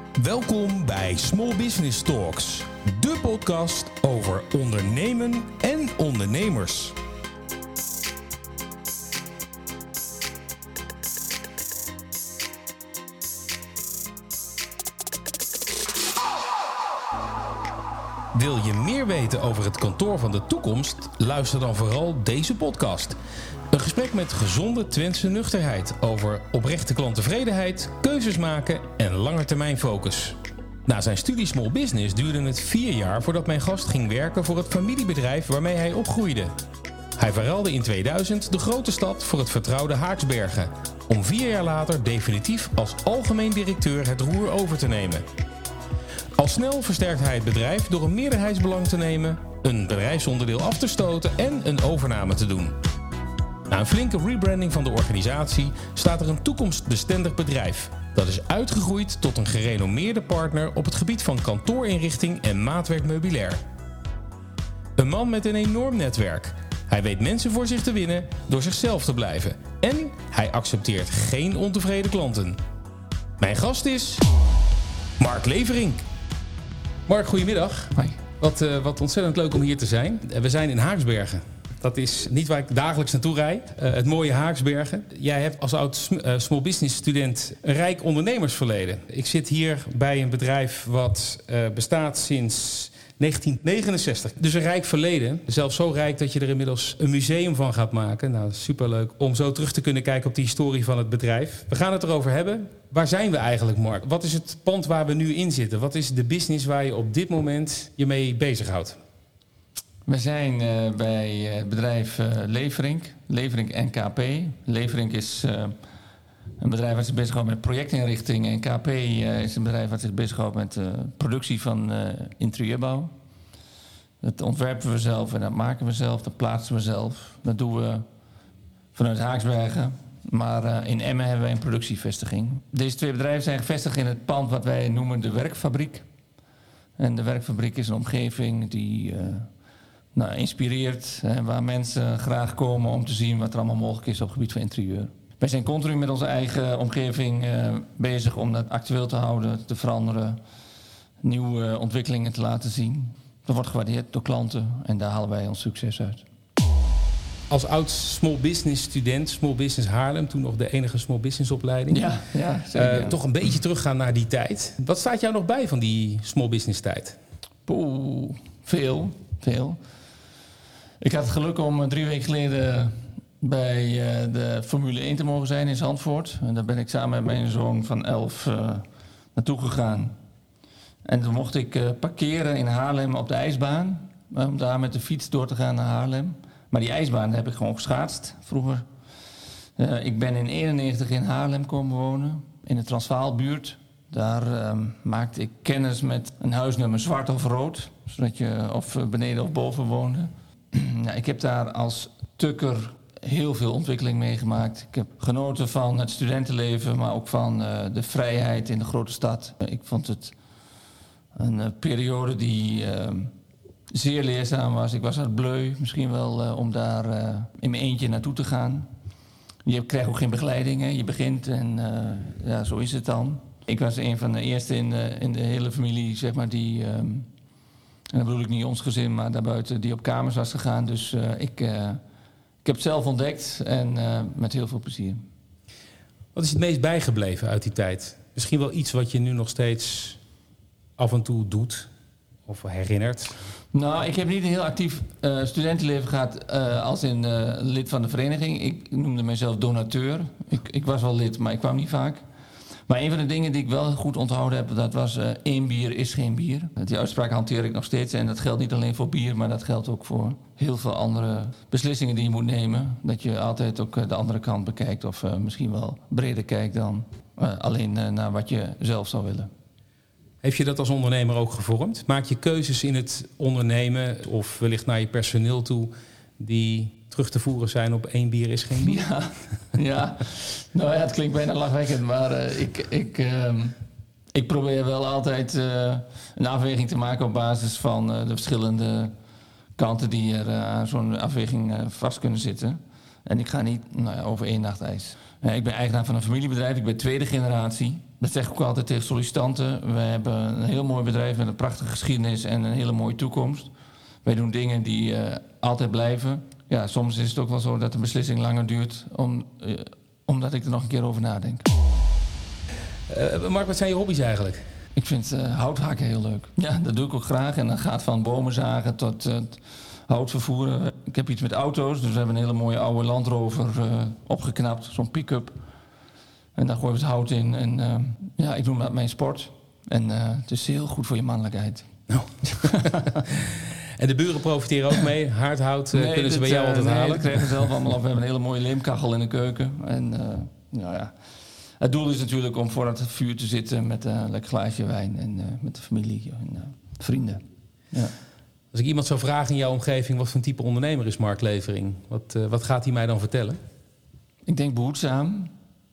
Welkom bij Small Business Talks, de podcast over ondernemen en ondernemers. Wil je meer weten over het kantoor van de toekomst? Luister dan vooral deze podcast. Een gesprek met gezonde Twentse nuchterheid over oprechte klanttevredenheid, keuzes maken en langetermijnfocus. Na zijn studie Small Business duurde het 4 jaar voordat mijn gast ging werken voor het familiebedrijf waarmee hij opgroeide. Hij verruilde in 2000 de grote stad voor het vertrouwde Haaksbergen, om 4 jaar later definitief als algemeen directeur het roer over te nemen. Al snel versterkt hij het bedrijf door een meerderheidsbelang te nemen, een bedrijfsonderdeel af te stoten en een overname te doen. Na een flinke rebranding van de organisatie staat er een toekomstbestendig bedrijf. Dat is uitgegroeid tot een gerenommeerde partner op het gebied van kantoorinrichting en maatwerk meubilair. Een man met een enorm netwerk. Hij weet mensen voor zich te winnen door zichzelf te blijven. En hij accepteert geen ontevreden klanten. Mijn gast is Mark Leverink. Mark, goedemiddag. Hoi. Wat ontzettend leuk om hier te zijn. We zijn in Haaksbergen. Dat is niet waar ik dagelijks naartoe rijd. Het mooie Haaksbergen. Jij hebt als oud small business student een rijk ondernemersverleden. Ik zit hier bij een bedrijf wat bestaat sinds 1969. Dus een rijk verleden. Zelfs zo rijk dat je er inmiddels een museum van gaat maken. Nou, superleuk om zo terug te kunnen kijken op de historie van het bedrijf. We gaan het erover hebben. Waar zijn we eigenlijk, Mark? Wat is het pand waar we nu in zitten? Wat is de business waar je op dit moment je mee bezighoudt? We zijn bij het bedrijf Leverink NKP. Leverink is een bedrijf dat zich bezighoudt met projectinrichting. En KP is een bedrijf dat zich bezighoudt met productie van interieurbouw. Dat ontwerpen we zelf en dat maken we zelf, dat plaatsen we zelf. Dat doen we vanuit Haaksbergen. Maar in Emmen hebben wij een productievestiging. Deze 2 bedrijven zijn gevestigd in het pand wat wij noemen de werkfabriek. En de werkfabriek is een omgeving die inspireert. Waar mensen graag komen om te zien wat er allemaal mogelijk is op het gebied van interieur. Wij zijn continu met onze eigen omgeving bezig om dat actueel te houden, te veranderen. Nieuwe ontwikkelingen te laten zien. Dat wordt gewaardeerd door klanten en daar halen wij ons succes uit. Als oud small business student, Small Business Haarlem, toen nog de enige small business opleiding. Ja, zeker. Toch een beetje teruggaan naar die tijd. Wat staat jou nog bij van die small business tijd? Veel. Ik had het geluk om 3 weken geleden bij de Formule 1 te mogen zijn in Zandvoort. En daar ben ik samen met mijn zoon van 11 naartoe gegaan. En toen mocht ik parkeren in Haarlem op de ijsbaan. Om daar met de fiets door te gaan naar Haarlem. Maar die ijsbaan heb ik gewoon geschaatst vroeger. Ik ben in 1991 in Haarlem komen wonen, in de Transvaalbuurt. Daar maakte ik kennis met een huisnummer zwart of rood. Zodat je of beneden of boven woonde. Ik heb daar als tukker heel veel ontwikkeling meegemaakt. Ik heb genoten van het studentenleven, maar ook van de vrijheid in de grote stad. Ik vond het een periode die zeer leerzaam was. Ik was uit Bleu, misschien wel om daar in mijn eentje naartoe te gaan. Je krijgt ook geen begeleiding, hè. Je begint en zo is het dan. Ik was een van de eerste in de hele familie, zeg maar, die, en dan bedoel ik niet ons gezin, maar daarbuiten, die op kamers was gegaan. Dus ik heb het zelf ontdekt en met heel veel plezier. Wat is het meest bijgebleven uit die tijd? Misschien wel iets wat je nu nog steeds af en toe doet of herinnert? Nou, ik heb niet een heel actief studentenleven gehad als in lid van de vereniging. Ik noemde mezelf donateur. Ik was wel lid, maar ik kwam niet vaak. Maar een van de dingen die ik wel goed onthouden heb, dat was 1 bier is geen bier. Die uitspraak hanteer ik nog steeds en dat geldt niet alleen voor bier, maar dat geldt ook voor heel veel andere beslissingen die je moet nemen. Dat je altijd ook de andere kant bekijkt of misschien wel breder kijkt dan alleen naar wat je zelf zou willen. Heeft je dat als ondernemer ook gevormd? Maak je keuzes in het ondernemen of wellicht naar je personeel toe die terug te voeren zijn op 1 bier is geen bier? Ja. Nou ja, het klinkt bijna lachwekkend, maar ik probeer wel altijd een afweging te maken op basis van de verschillende kanten die er aan zo'n afweging vast kunnen zitten. En ik ga niet over 1 nacht ijs. Ik ben eigenaar van een familiebedrijf, ik ben 2e generatie. Dat zeg ik ook altijd tegen sollicitanten. We hebben een heel mooi bedrijf met een prachtige geschiedenis en een hele mooie toekomst. Wij doen dingen die altijd blijven. Ja, soms is het ook wel zo dat de beslissing langer duurt, omdat ik er nog een keer over nadenk. Mark, wat zijn je hobby's eigenlijk? Ik vind houthakken heel leuk. Ja, dat doe ik ook graag. En dat gaat van bomen zagen tot hout vervoeren. Ik heb iets met auto's, dus we hebben een hele mooie oude Land Rover opgeknapt. Zo'n pick-up. En daar gooien we het hout in. En ik doe dat mijn sport. En het is heel goed voor je mannelijkheid. Oh. En de buren profiteren ook mee? Hardhout kunnen ze bij jou altijd halen? Nee, dat krijgen we zelf allemaal op. We hebben een hele mooie leemkachel in de keuken. En het doel is natuurlijk om voor het vuur te zitten met een lekker glaasje wijn. En met de familie en vrienden. Ja. Als ik iemand zou vragen in jouw omgeving, wat voor een type ondernemer is Mark Levering? Wat gaat hij mij dan vertellen? Ik denk behoedzaam.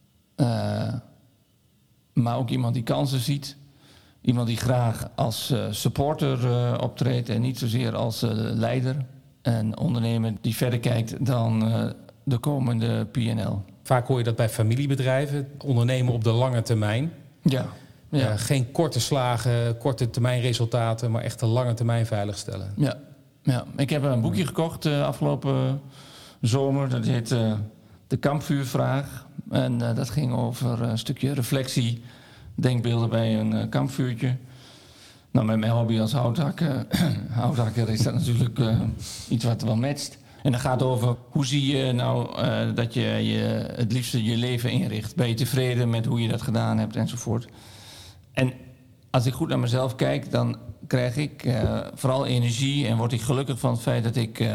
Maar ook iemand die kansen ziet. Iemand die graag als supporter optreedt en niet zozeer als leider. Een ondernemer die verder kijkt dan de komende P&L. Vaak hoor je dat bij familiebedrijven. Ondernemen op de lange termijn. Ja. Geen korte slagen, korte termijn resultaten, maar echt de lange termijn veiligstellen. Ja. Ik heb een boekje gekocht afgelopen zomer. Dat heet De Kampvuurvraag. En dat ging over een stukje reflectie, denkbeelden bij een kampvuurtje. Nou, met mijn hobby als houthakker is dat natuurlijk iets wat wel matcht. En dat gaat over hoe zie je nou dat je het liefste je leven inricht. Ben je tevreden met hoe je dat gedaan hebt enzovoort. En als ik goed naar mezelf kijk, dan krijg ik vooral energie en word ik gelukkig van het feit dat ik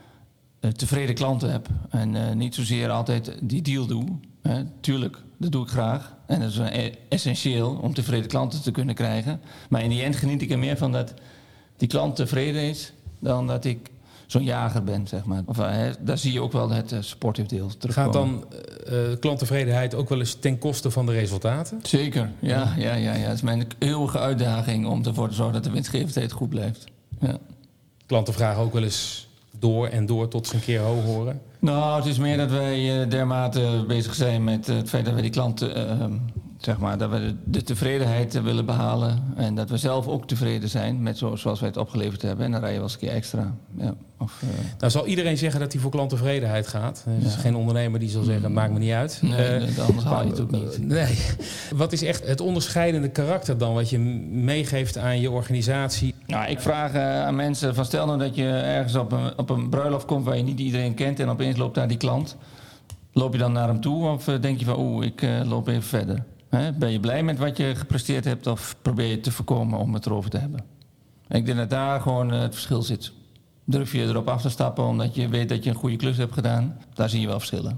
tevreden klanten heb. En niet zozeer altijd die deal doe. Tuurlijk, dat doe ik graag. En dat is essentieel om tevreden klanten te kunnen krijgen. Maar in die end geniet ik er meer van dat die klant tevreden is dan dat ik zo'n jager ben, zeg maar. Daar zie je ook wel het sportief deel terugkomen. Gaat dan klanttevredenheid ook wel eens ten koste van de resultaten? Zeker, ja. Het is mijn eeuwige uitdaging om ervoor te zorgen dat de winstgevendheid goed blijft. Ja. Klanten vragen ook wel eens door en door tot ze een keer ho horen? Nou, het is meer dat wij dermate bezig zijn met het feit dat we die klanten, dat we de tevredenheid willen behalen. En dat we zelf ook tevreden zijn met zoals wij het opgeleverd hebben. En dan rij je wel eens een keer extra. Ja, Nou zal iedereen zeggen dat hij voor klanttevredenheid gaat. Er is geen ondernemer die zal zeggen, maakt me niet uit. Nee, anders haal je het ook niet. Nee. Wat is echt het onderscheidende karakter dan wat je meegeeft aan je organisatie? Nou, ik vraag aan mensen van stel nou dat je ergens op een bruiloft komt waar je niet iedereen kent en opeens loopt daar die klant. Loop je dan naar hem toe of denk je van ik loop even verder? Ben je blij met wat je gepresteerd hebt of probeer je te voorkomen om het erover te hebben? En ik denk dat daar gewoon het verschil zit. Durf je erop af te stappen omdat je weet dat je een goede klus hebt gedaan? Daar zie je wel verschillen.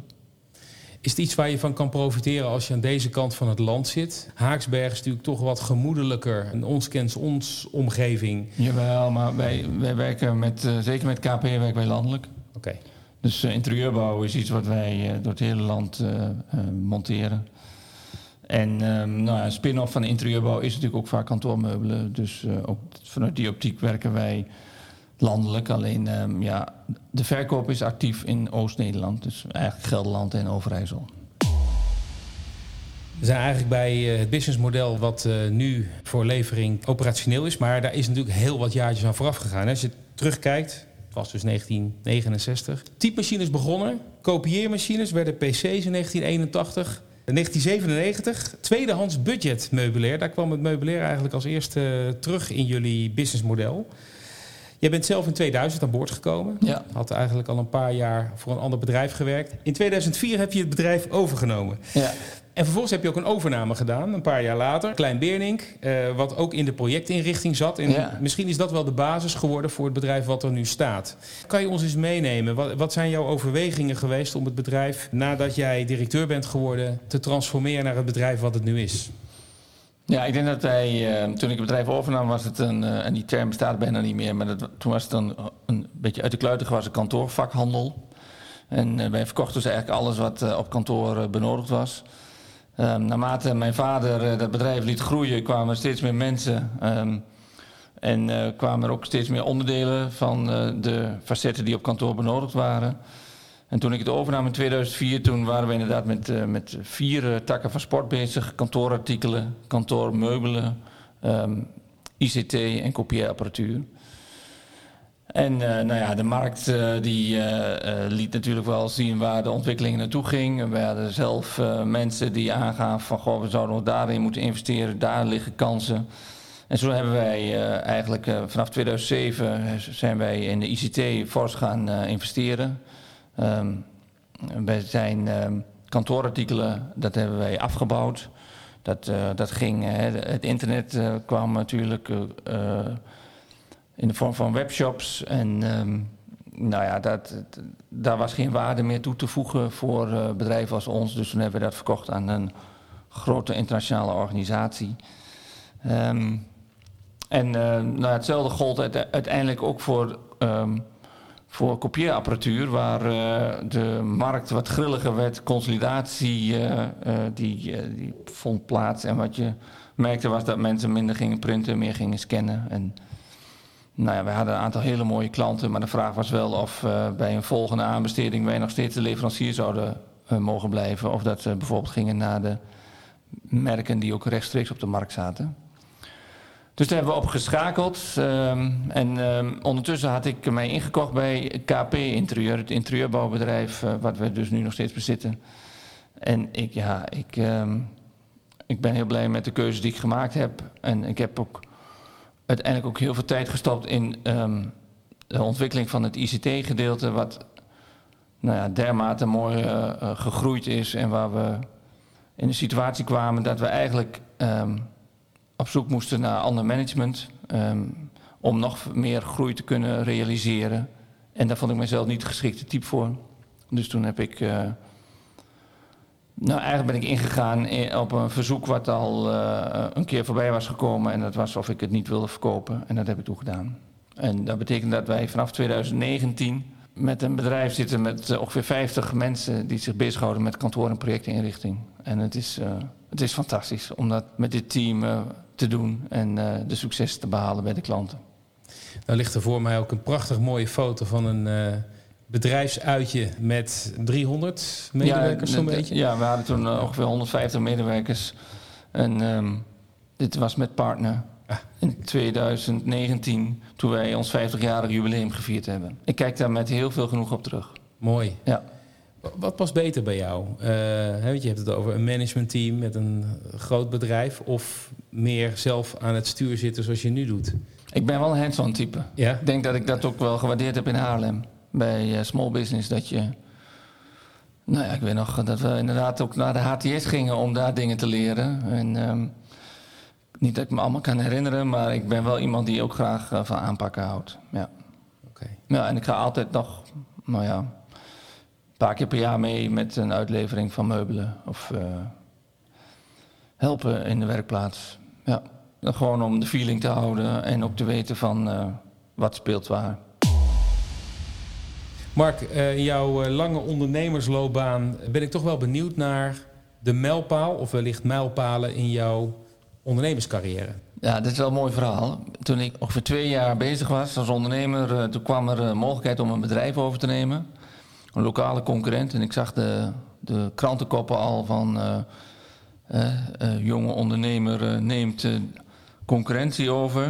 Is het iets waar je van kan profiteren als je aan deze kant van het land zit? Haaksberg is natuurlijk toch wat gemoedelijker. Een ons kent ons omgeving. Jawel, maar wij werken zeker met KP werken wij landelijk. Oké. Dus interieurbouw is iets wat wij door het hele land monteren. En een spin-off van de interieurbouw is natuurlijk ook vaak kantoormeubelen. Dus ook vanuit die optiek werken wij landelijk. Alleen de verkoop is actief in Oost-Nederland. Dus eigenlijk Gelderland en Overijssel. We zijn eigenlijk bij het businessmodel wat nu voor Levering operationeel is. Maar daar is natuurlijk heel wat jaartjes aan vooraf gegaan. Als je terugkijkt, het was dus 1969. Typemachines begonnen, kopieermachines werden PC's in 1981... In 1997, tweedehands budgetmeubilair. Daar kwam het meubilair eigenlijk als eerste terug in jullie businessmodel. Jij bent zelf in 2000 aan boord gekomen. Ja. Had eigenlijk al een paar jaar voor een ander bedrijf gewerkt. In 2004 heb je het bedrijf overgenomen. Ja. En vervolgens heb je ook een overname gedaan, een paar jaar later. Klein Beernink, wat ook in de projectinrichting zat. En misschien is dat wel de basis geworden voor het bedrijf wat er nu staat. Kan je ons eens meenemen? Wat zijn jouw overwegingen geweest om het bedrijf, nadat jij directeur bent geworden, te transformeren naar het bedrijf wat het nu is? Ja, ik denk dat wij, toen ik het bedrijf overnam, was het en die term bestaat bijna niet meer, maar toen was het een beetje uit de kluiten gewassen kantoorvakhandel. En wij verkochten dus eigenlijk alles wat op kantoor benodigd was. Naarmate mijn vader dat bedrijf liet groeien, kwamen er steeds meer mensen. En kwamen er ook steeds meer onderdelen van de facetten die op kantoor benodigd waren. En toen ik het overnam in 2004, toen waren we inderdaad met 4 takken van sport bezig. Kantoorartikelen, kantoormeubelen, ICT en kopieerapparatuur. En de markt die liet natuurlijk wel zien waar de ontwikkeling naartoe ging. We hadden zelf mensen die aangaven van we zouden daarin moeten investeren, daar liggen kansen. En zo hebben wij eigenlijk vanaf 2007 zijn wij in de ICT fors gaan investeren. Wij zijn kantoorartikelen, dat hebben wij afgebouwd. Dat ging, het internet kwam natuurlijk in de vorm van webshops. En daar was geen waarde meer toe te voegen voor bedrijven als ons. Dus toen hebben we dat verkocht aan een grote internationale organisatie. Hetzelfde gold uiteindelijk ook voor kopieerapparatuur, waar de markt wat grilliger werd. Consolidatie die vond plaats. En wat je merkte was dat mensen minder gingen printen, meer gingen scannen. En we hadden een aantal hele mooie klanten, maar de vraag was wel of bij een volgende aanbesteding wij nog steeds de leverancier zouden mogen blijven. Of dat we bijvoorbeeld gingen naar de merken die ook rechtstreeks op de markt zaten. Dus daar hebben we op geschakeld. Ondertussen had ik mij ingekocht bij KP Interieur, het interieurbouwbedrijf, wat we dus nu nog steeds bezitten. En ik ben heel blij met de keuzes die ik gemaakt heb. En ik heb ook uiteindelijk ook heel veel tijd gestopt in de ontwikkeling van het ICT-gedeelte, wat dermate mooi gegroeid is en waar we in de situatie kwamen dat we eigenlijk op zoek moesten naar ander management om nog meer groei te kunnen realiseren. En daar vond ik mezelf niet het geschikte type voor. Dus toen heb ik eigenlijk ben ik ingegaan op een verzoek wat al een keer voorbij was gekomen. En dat was of ik het niet wilde verkopen. En dat heb ik toen gedaan. En dat betekent dat wij vanaf 2019 met een bedrijf zitten met ongeveer 50 mensen die zich bezighouden met kantoor- en projectinrichting. En het is fantastisch om dat met dit team te doen en de succes te behalen bij de klanten. Nou ligt er voor mij ook een prachtig mooie foto van een bedrijfsuitje met 300 medewerkers zo'n beetje. Ja, we hadden toen ongeveer 150 medewerkers. En dit was met partner in 2019, toen wij ons 50-jarig jubileum gevierd hebben. Ik kijk daar met heel veel genoeg op terug. Mooi. Ja. Wat past beter bij jou? Je hebt het over een managementteam met een groot bedrijf of meer zelf aan het stuur zitten zoals je nu doet? Ik ben wel een hands-on type. Ja? Ik denk dat ik dat ook wel gewaardeerd heb in Haarlem. Bij Small Business, dat je... ik weet nog dat we inderdaad ook naar de HTS gingen om daar dingen te leren. En niet dat ik me allemaal kan herinneren, maar ik ben wel iemand die ook graag van aanpakken houdt. Ja. Okay. Ja, en ik ga altijd nog, een paar keer per jaar mee met een uitlevering van meubelen of helpen in de werkplaats. Ja, gewoon om de feeling te houden en ook te weten van wat speelt waar. Mark, in jouw lange ondernemersloopbaan ben ik toch wel benieuwd naar de mijlpaal of wellicht mijlpalen in jouw ondernemerscarrière. Ja, dit is wel een mooi verhaal. Toen ik ongeveer 2 jaar bezig was als ondernemer, toen kwam er een mogelijkheid om een bedrijf over te nemen. Een lokale concurrent. En ik zag de krantenkoppen al van jonge ondernemer neemt concurrentie over.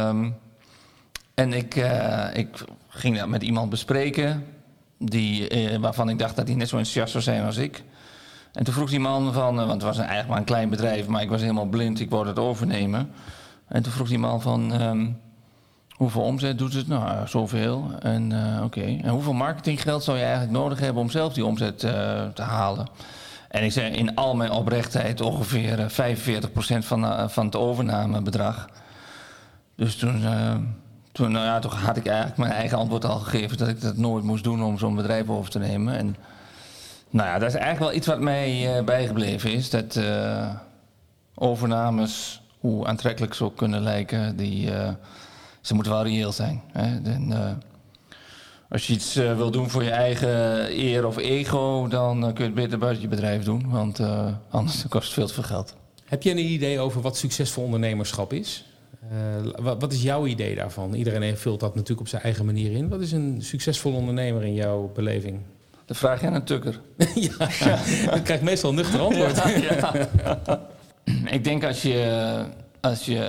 En ik ging dat met iemand bespreken waarvan ik dacht dat hij net zo enthousiast zou zijn als ik. En toen vroeg die man van, want het was eigenlijk maar een klein bedrijf, maar ik was helemaal blind, ik wou het overnemen. En toen vroeg die man van, hoeveel omzet doet het? Nou, zoveel. En oké. En hoeveel marketinggeld zou je eigenlijk nodig hebben om zelf die omzet te halen? En ik zei in al mijn oprechtheid ongeveer 45% van het overnamebedrag. Dus toen had ik eigenlijk mijn eigen antwoord al gegeven dat ik dat nooit moest doen om zo'n bedrijf over te nemen. En dat is eigenlijk wel iets wat mij bijgebleven is. Dat overnames, hoe aantrekkelijk ze ook kunnen lijken, ze moeten wel reëel zijn. Hè? Als je iets wil doen voor je eigen eer of ego, dan kun je het beter buiten je bedrijf doen. Want anders kost het veel te veel geld. Heb je een idee over wat succesvol ondernemerschap is? Wat is jouw idee daarvan? Iedereen vult dat natuurlijk op zijn eigen manier in. Wat is een succesvol ondernemer in jouw beleving? Dat vraag je aan een tukker. Ja, ik krijg meestal een nuchter antwoord. Ja. Ik denk als je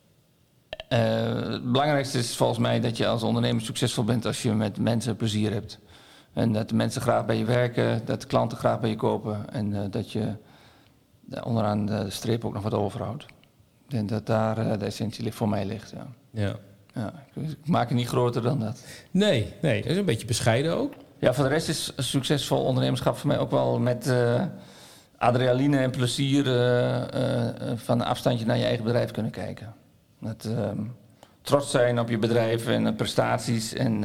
het belangrijkste is volgens mij dat je als ondernemer succesvol bent als je met mensen plezier hebt. En dat de mensen graag bij je werken, dat de klanten graag bij je kopen en dat je onderaan de streep ook nog wat overhoudt. Ik denk dat daar de essentie voor mij ligt. Ja. Ik maak het niet groter dan dat. Nee, dat is een beetje bescheiden ook. Ja, voor de rest is succesvol ondernemerschap voor mij ook wel met adrenaline en plezier van een afstandje naar je eigen bedrijf kunnen kijken. Met trots zijn op je bedrijf en prestaties. En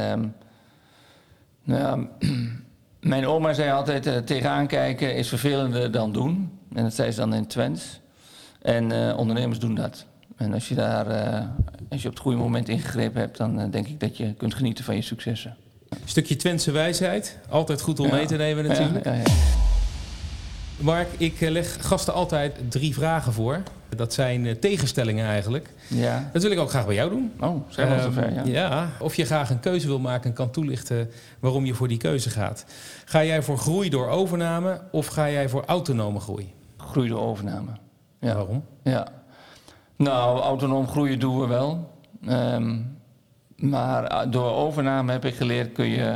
mijn oma zei altijd, tegenaan kijken is vervelender dan doen. En dat zei ze dan in Twents. En ondernemers doen dat. En als je op het goede moment ingegrepen hebt, dan denk ik dat je kunt genieten van je successen. Een stukje Twentse wijsheid. Altijd goed om mee te nemen natuurlijk. Ja. Mark, ik leg gasten altijd 3 vragen voor. Dat zijn tegenstellingen eigenlijk. Ja. Dat wil ik ook graag bij jou doen. Oh, zijn we al zover, ja. Of je graag een keuze wil maken en kan toelichten waarom je voor die keuze gaat. Ga jij voor groei door overname of ga jij voor autonome groei? Groei door overname. Ja. Waarom? Ja. Nou, autonoom groeien doen we wel. Maar door overname heb ik geleerd kun je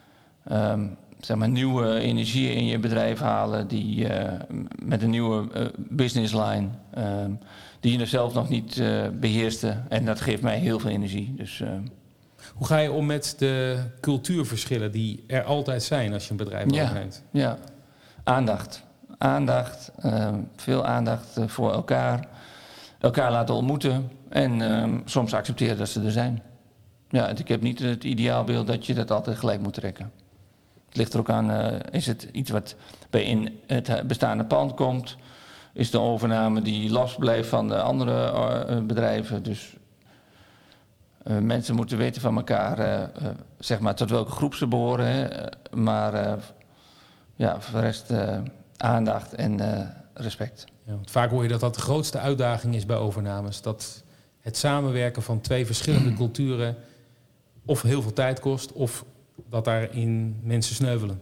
nieuwe energie in je bedrijf halen die met een nieuwe business line die je zelf nog niet beheerste. En dat geeft mij heel veel energie. Dus, hoe ga je om met de cultuurverschillen die er altijd zijn als je een bedrijf overneemt? Ja, aandacht. Veel aandacht voor elkaar. Elkaar laten ontmoeten en soms accepteren dat ze er zijn. Ja, ik heb niet het ideaalbeeld dat je dat altijd gelijk moet trekken. Het ligt er ook aan, is het iets wat in het bestaande pand komt? Is de overname die los blijft van de andere bedrijven? Dus mensen moeten weten van elkaar, tot welke groep ze behoren. Hè? Maar voor de rest aandacht en respect. Ja, want vaak hoor je dat de grootste uitdaging is bij overnames. Dat het samenwerken van 2 verschillende culturen of heel veel tijd kost, of dat daarin mensen sneuvelen.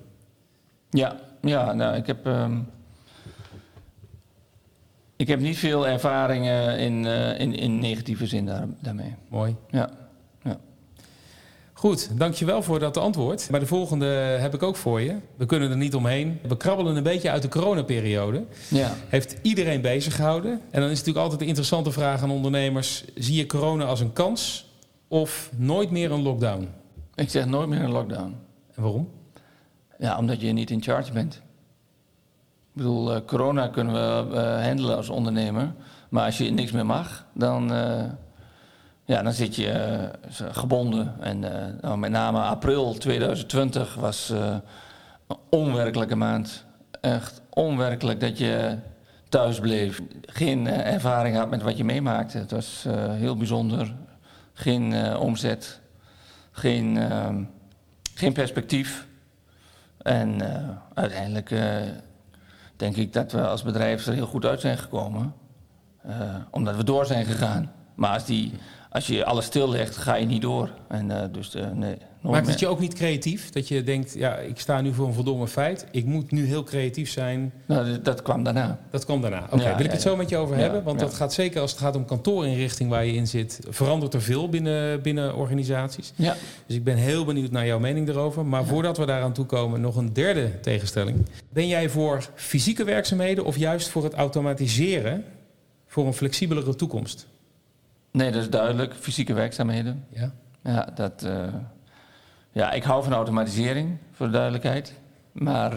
Ik heb niet veel ervaringen in negatieve zin daarmee. Mooi. Ja. Goed, dankjewel voor dat antwoord. Maar de volgende heb ik ook voor je. We kunnen er niet omheen. We krabbelen een beetje uit de coronaperiode. Ja. Heeft iedereen bezig gehouden. En dan is het natuurlijk altijd de interessante vraag aan ondernemers. Zie je corona als een kans of nooit meer een lockdown? Ik zeg nooit meer een lockdown. En waarom? Ja, omdat je niet in charge bent. Ik bedoel, corona kunnen we handelen als ondernemer. Maar als je niks meer mag, dan zit je gebonden. En met name april 2020 was een onwerkelijke maand. Echt onwerkelijk dat je thuis bleef. Geen ervaring had met wat je meemaakte. Het was heel bijzonder. Geen omzet. Geen perspectief. En uiteindelijk denk ik dat we als bedrijf er heel goed uit zijn gekomen. Omdat we door zijn gegaan. Maar als je alles stillegt, ga je niet door. En, nee, maakt het je ook niet creatief? Dat je denkt, ik sta nu voor een voldongen feit. Ik moet nu heel creatief zijn. Nou, dat kwam daarna. Dat kwam daarna. Oké, wil ik het zo met je over hebben? Want dat gaat zeker als het gaat om kantoorinrichting waar je in zit. Verandert er veel binnen organisaties. Ja. Dus ik ben heel benieuwd naar jouw mening erover. Maar voordat we daaraan toekomen, nog een derde tegenstelling. Ben jij voor fysieke werkzaamheden of juist voor het automatiseren voor een flexibelere toekomst? Nee, dat is duidelijk. Fysieke werkzaamheden. Ja, ik hou van automatisering, voor de duidelijkheid. Maar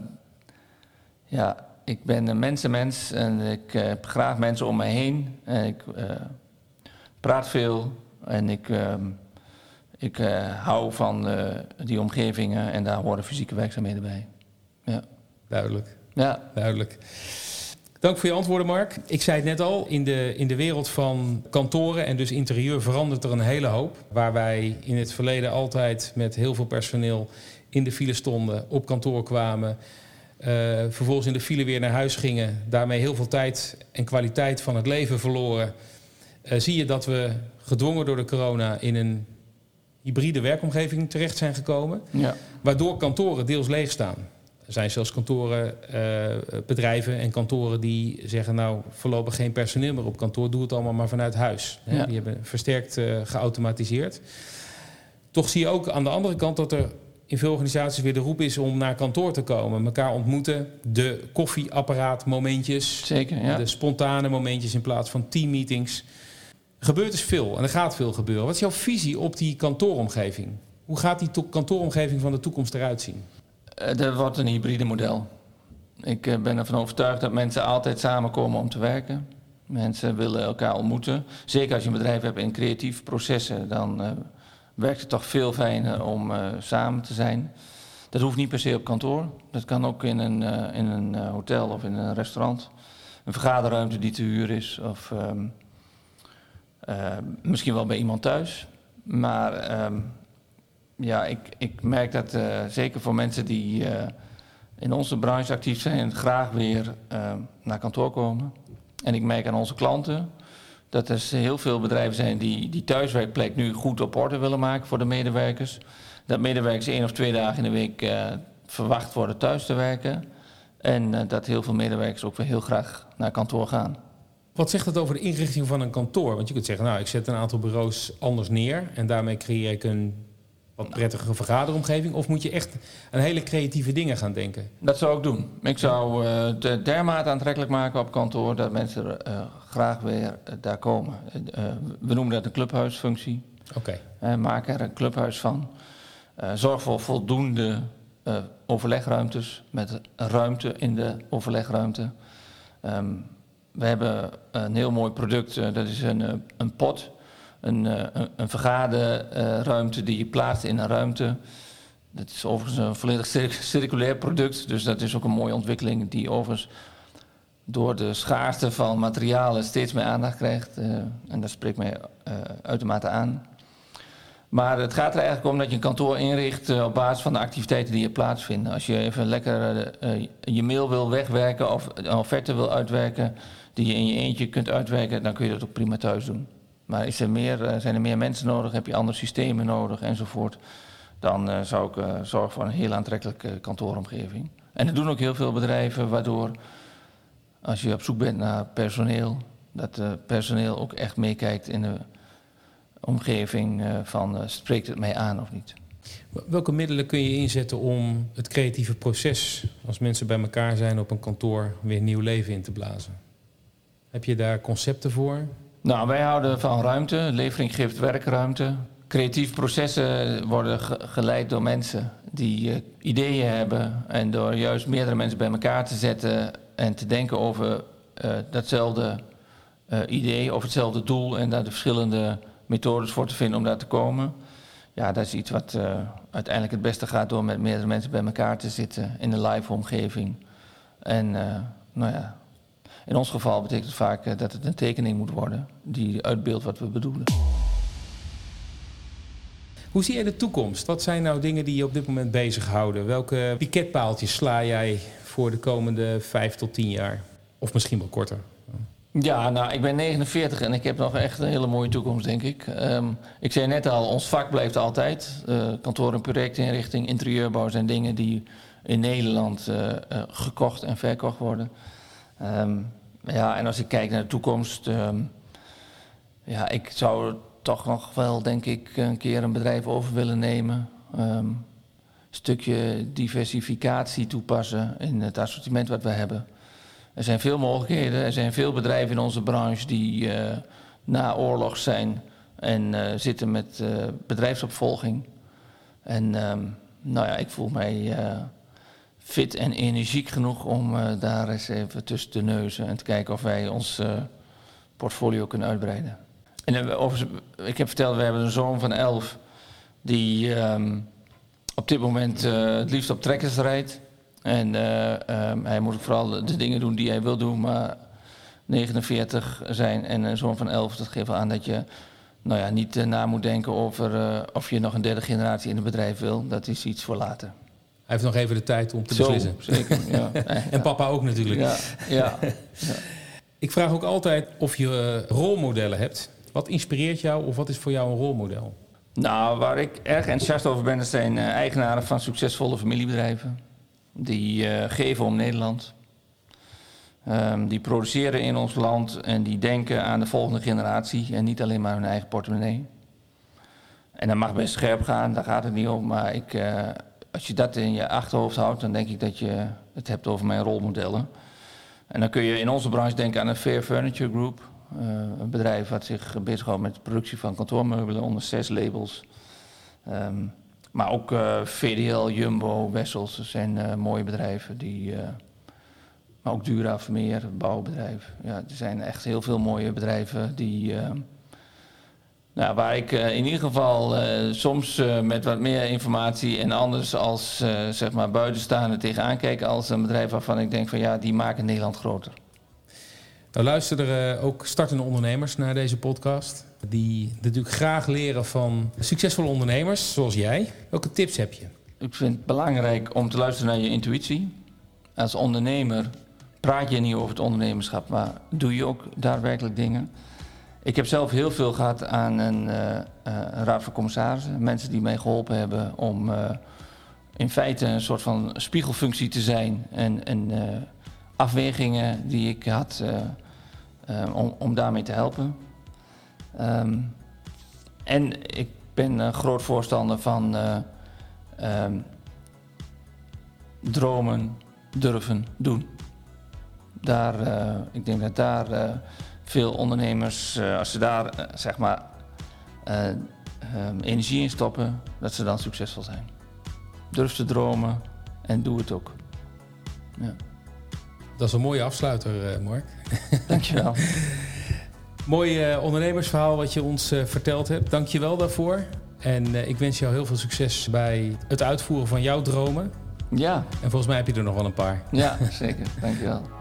ik ben een mensenmens en ik heb graag mensen om me heen. En ik praat veel en ik hou van die omgevingen en daar horen fysieke werkzaamheden bij. Ja. Duidelijk. Ja. Duidelijk. Dank voor je antwoorden, Mark. Ik zei het net al, in de wereld van kantoren en dus interieur verandert er een hele hoop. Waar wij in het verleden altijd met heel veel personeel in de file stonden, op kantoor kwamen, vervolgens in de file weer naar huis gingen, daarmee heel veel tijd en kwaliteit van het leven verloren. Zie je dat we gedwongen door de corona in een hybride werkomgeving terecht zijn gekomen. Ja. Waardoor kantoren deels leeg staan. Er zijn zelfs kantoren, bedrijven en kantoren die zeggen... nou, voorlopig geen personeel meer op kantoor. Doe het allemaal maar vanuit huis. Ja. Die hebben versterkt geautomatiseerd. Toch zie je ook aan de andere kant dat er in veel organisaties weer de roep is om naar kantoor te komen. Elkaar ontmoeten, de koffieapparaatmomentjes. Zeker, ja. De spontane momentjes in plaats van teammeetings. Er gebeurt dus veel en er gaat veel gebeuren. Wat is jouw visie op die kantooromgeving? Hoe gaat die kantooromgeving van de toekomst eruit zien? Er wordt een hybride model. Ik ben ervan overtuigd dat mensen altijd samenkomen om te werken. Mensen willen elkaar ontmoeten. Zeker als je een bedrijf hebt in creatieve processen, dan werkt het toch veel fijner om samen te zijn. Dat hoeft niet per se op kantoor. Dat kan ook in een hotel of in een restaurant. Een vergaderruimte die te huur is. Of misschien wel bij iemand thuis. Maar ik merk dat zeker voor mensen die in onze branche actief zijn, graag weer naar kantoor komen. En ik merk aan onze klanten dat er heel veel bedrijven zijn die thuiswerkplek nu goed op orde willen maken voor de medewerkers. Dat medewerkers 1 of 2 dagen in de week verwacht worden thuis te werken. En dat heel veel medewerkers ook weer heel graag naar kantoor gaan. Wat zegt het over de inrichting van een kantoor? Want je kunt zeggen, nou, ik zet een aantal bureaus anders neer en daarmee creëer ik een wat prettige vergaderomgeving. Of moet je echt aan hele creatieve dingen gaan denken? Dat zou ik doen. Ik zou het dermate aantrekkelijk maken op kantoor dat mensen graag weer daar komen. We noemen dat een clubhuisfunctie. Oké. Maak er een clubhuis van. Zorg voor voldoende overlegruimtes met ruimte in de overlegruimte. We hebben een heel mooi product, dat is een pot. Een vergaderruimte die je plaatst in een ruimte. Dat is overigens een volledig circulair product. Dus dat is ook een mooie ontwikkeling die overigens door de schaarste van materialen steeds meer aandacht krijgt. En dat spreekt mij uitermate aan. Maar het gaat er eigenlijk om dat je een kantoor inricht op basis van de activiteiten die er plaatsvinden. Als je even lekker je mail wil wegwerken of een offerte wil uitwerken die je in je eentje kunt uitwerken, dan kun je dat ook prima thuis doen. Maar zijn er meer mensen nodig, heb je andere systemen nodig enzovoort, dan zou ik zorgen voor een heel aantrekkelijke kantooromgeving. En dat doen ook heel veel bedrijven, waardoor als je op zoek bent naar personeel, dat personeel ook echt meekijkt in de omgeving van spreekt het mij aan of niet. Welke middelen kun je inzetten om het creatieve proces, als mensen bij elkaar zijn op een kantoor, weer nieuw leven in te blazen? Heb je daar concepten voor? Nou, wij houden van ruimte. Levering geeft werkruimte. Creatieve processen worden geleid door mensen die ideeën hebben. En door juist meerdere mensen bij elkaar te zetten en te denken over datzelfde idee of hetzelfde doel en daar de verschillende methodes voor te vinden om daar te komen. Ja, dat is iets wat uiteindelijk het beste gaat door met meerdere mensen bij elkaar te zitten in een live omgeving. En in ons geval betekent het vaak dat het een tekening moet worden die uitbeeldt wat we bedoelen. Hoe zie jij de toekomst? Wat zijn nou dingen die je op dit moment bezighouden? Welke piketpaaltjes sla jij voor de komende 5 tot 10 jaar? Of misschien wel korter? Ja, nou, ik ben 49 en ik heb nog echt een hele mooie toekomst, denk ik. Ik zei net al, ons vak blijft altijd. Kantoor- en projectinrichting, interieurbouw zijn dingen die in Nederland gekocht en verkocht worden. En als ik kijk naar de toekomst, ik zou toch nog wel, denk ik, een keer een bedrijf over willen nemen. Een stukje diversificatie toepassen in het assortiment wat we hebben. Er zijn veel mogelijkheden, er zijn veel bedrijven in onze branche die naoorlogs zijn en zitten met bedrijfsopvolging. En ik voel mij fit en energiek genoeg om daar eens even tussen te neuzen en te kijken of wij ons portfolio kunnen uitbreiden. En ik heb verteld, we hebben een zoon van 11 die op dit moment het liefst op trekkers rijdt. En hij moet vooral de dingen doen die hij wil doen, maar 49 zijn en een zoon van 11, dat geeft wel aan dat je niet na moet denken over of je nog een derde generatie in het bedrijf wil. Dat is iets voor later. Hij heeft nog even de tijd om te beslissen. Zeker, ja. En papa ook natuurlijk. Ja. Ik vraag ook altijd of je rolmodellen hebt. Wat inspireert jou of wat is voor jou een rolmodel? Nou, waar ik erg enthousiast over ben, dat zijn eigenaren van succesvolle familiebedrijven. Die geven om Nederland. Die produceren in ons land en die denken aan de volgende generatie en niet alleen maar hun eigen portemonnee. En dat mag best scherp gaan, daar gaat het niet om. Maar als je dat in je achterhoofd houdt, dan denk ik dat je het hebt over mijn rolmodellen. En dan kun je in onze branche denken aan een Fair Furniture Group. Een bedrijf wat zich bezighoudt met de productie van kantoormeubelen onder 6 labels. Maar ook VDL, Jumbo, Wessels, dat zijn mooie bedrijven. Maar ook Dura, Vermeer, een bouwbedrijf. Ja, er zijn echt heel veel mooie bedrijven waar ik in ieder geval soms met wat meer informatie en anders als buitenstaander tegenaan kijk als een bedrijf waarvan ik denk van ja, die maken Nederland groter. Nou luisteren er ook startende ondernemers naar deze podcast. Die natuurlijk graag leren van succesvolle ondernemers zoals jij. Welke tips heb je? Ik vind het belangrijk om te luisteren naar je intuïtie. Als ondernemer praat je niet over het ondernemerschap, maar doe je ook daadwerkelijk dingen. Ik heb zelf heel veel gehad aan een raad van commissarissen. Mensen die mij geholpen hebben om in feite een soort van spiegelfunctie te zijn. En afwegingen die ik had om daarmee te helpen. En ik ben een groot voorstander van dromen, durven, doen. Ik denk dat daar veel ondernemers, als ze daar energie in stoppen, dat ze dan succesvol zijn. Durf te dromen en doe het ook. Ja. Dat is een mooie afsluiter, Mark. Dankjewel. Mooi ondernemersverhaal wat je ons verteld hebt. Dank je wel daarvoor. En ik wens jou heel veel succes bij het uitvoeren van jouw dromen. Ja. En volgens mij heb je er nog wel een paar. Ja, zeker. Dankjewel.